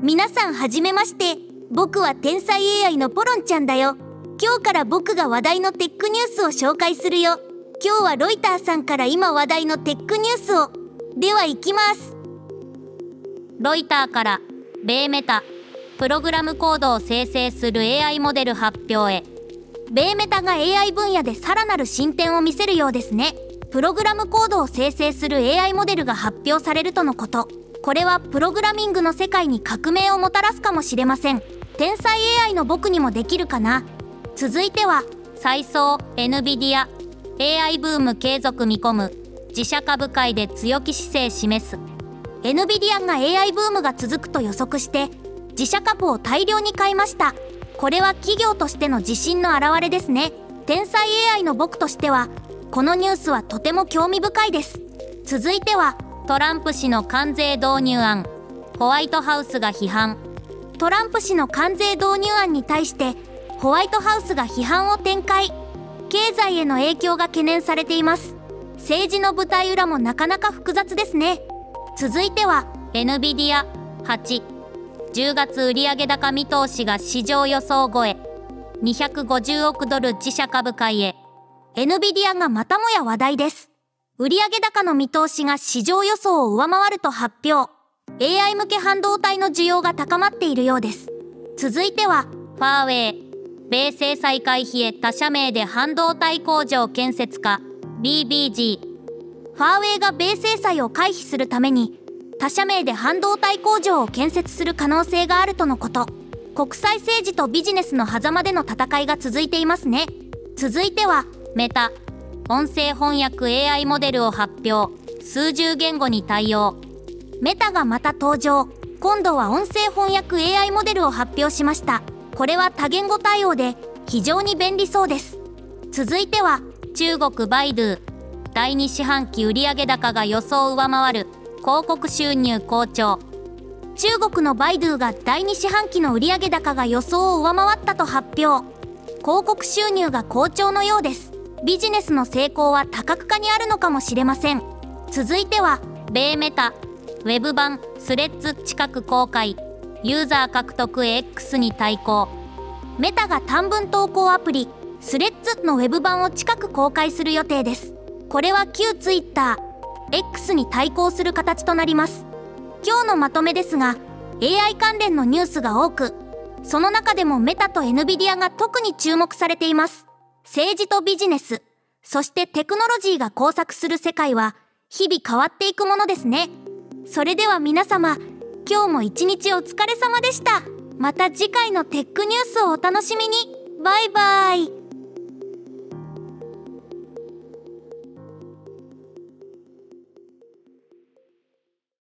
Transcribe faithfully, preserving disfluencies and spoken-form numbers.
皆さんはじめまして。僕は天才 エーアイ のポロンちゃんだよ。今日から僕が話題のテックニュースを紹介するよ。今日はロイターさんから今話題のテックニュースを。では行きます。 ロイターから米メタプログラムコードを生成する エーアイ モデル発表へ。米メタが エーアイ 分野でさらなる進展を見せるようですね。プログラムコードを生成する エーアイ モデルが発表されるとのこと。これはプログラミングの世界に革命をもたらすかもしれません。天才 エーアイ の僕にもできるかな。続いては再送 エヌビディア エーアイ ブーム継続見込む、自社株買いで強気姿勢示す。 エヌビディア が エーアイ ブームが続くと予測して自社株を大量に買いました。これは企業としての自信の表れですね。天才 エーアイ の僕としてはこのニュースはとても興味深いです。続いてはトランプ氏の関税導入案、ホワイトハウスが批判。トランプ氏の関税導入案に対してホワイトハウスが批判を展開。経済への影響が懸念されています。政治の舞台裏もなかなか複雑ですね。続いては エヌビディア はち、じゅうがつ売上高見通しが市場予想超え、にひゃくごじゅうおくドル自社株買いへ。 エヌビディア がまたもや話題です。売上高の見通しが市場予想を上回ると発表。 エーアイ 向け半導体の需要が高まっているようです。続いてはファーウェイ、米制裁回避へ他社名で半導体工場建設か ビービージー。 ファーウェイが米制裁を回避するために他社名で半導体工場を建設する可能性があるとのこと。国際政治とビジネスの狭間での戦いが続いていますね。続いてはメタ、音声翻訳 エーアイ モデルを発表、数十言語に対応。メタがまた登場。今度は音声翻訳 エーアイ モデルを発表しました。これは多言語対応で非常に便利そうです。続いては中国バイドゥ、だいに四半期売上高が予想を上回る、広告収入好調。中国のバイドゥがだいに四半期の売上高が予想を上回ったと発表。広告収入が好調のようです。ビジネスの成功は多角化にあるのかもしれません。続いては米メタ、ウェブ版スレッズ近く公開、ユーザー獲得へ X に対抗。メタが短文投稿アプリスレッズのウェブ版を近く公開する予定です。これは旧 Twitter、X に対抗する形となります。今日のまとめですが、 エーアイ 関連のニュースが多く、その中でもメタと エヌビディア が特に注目されています。政治とビジネス、そしてテクノロジーが交錯する世界は日々変わっていくものですね。それでは皆様、今日も一日お疲れ様でした。また次回のテックニュースをお楽しみに。バイバイ。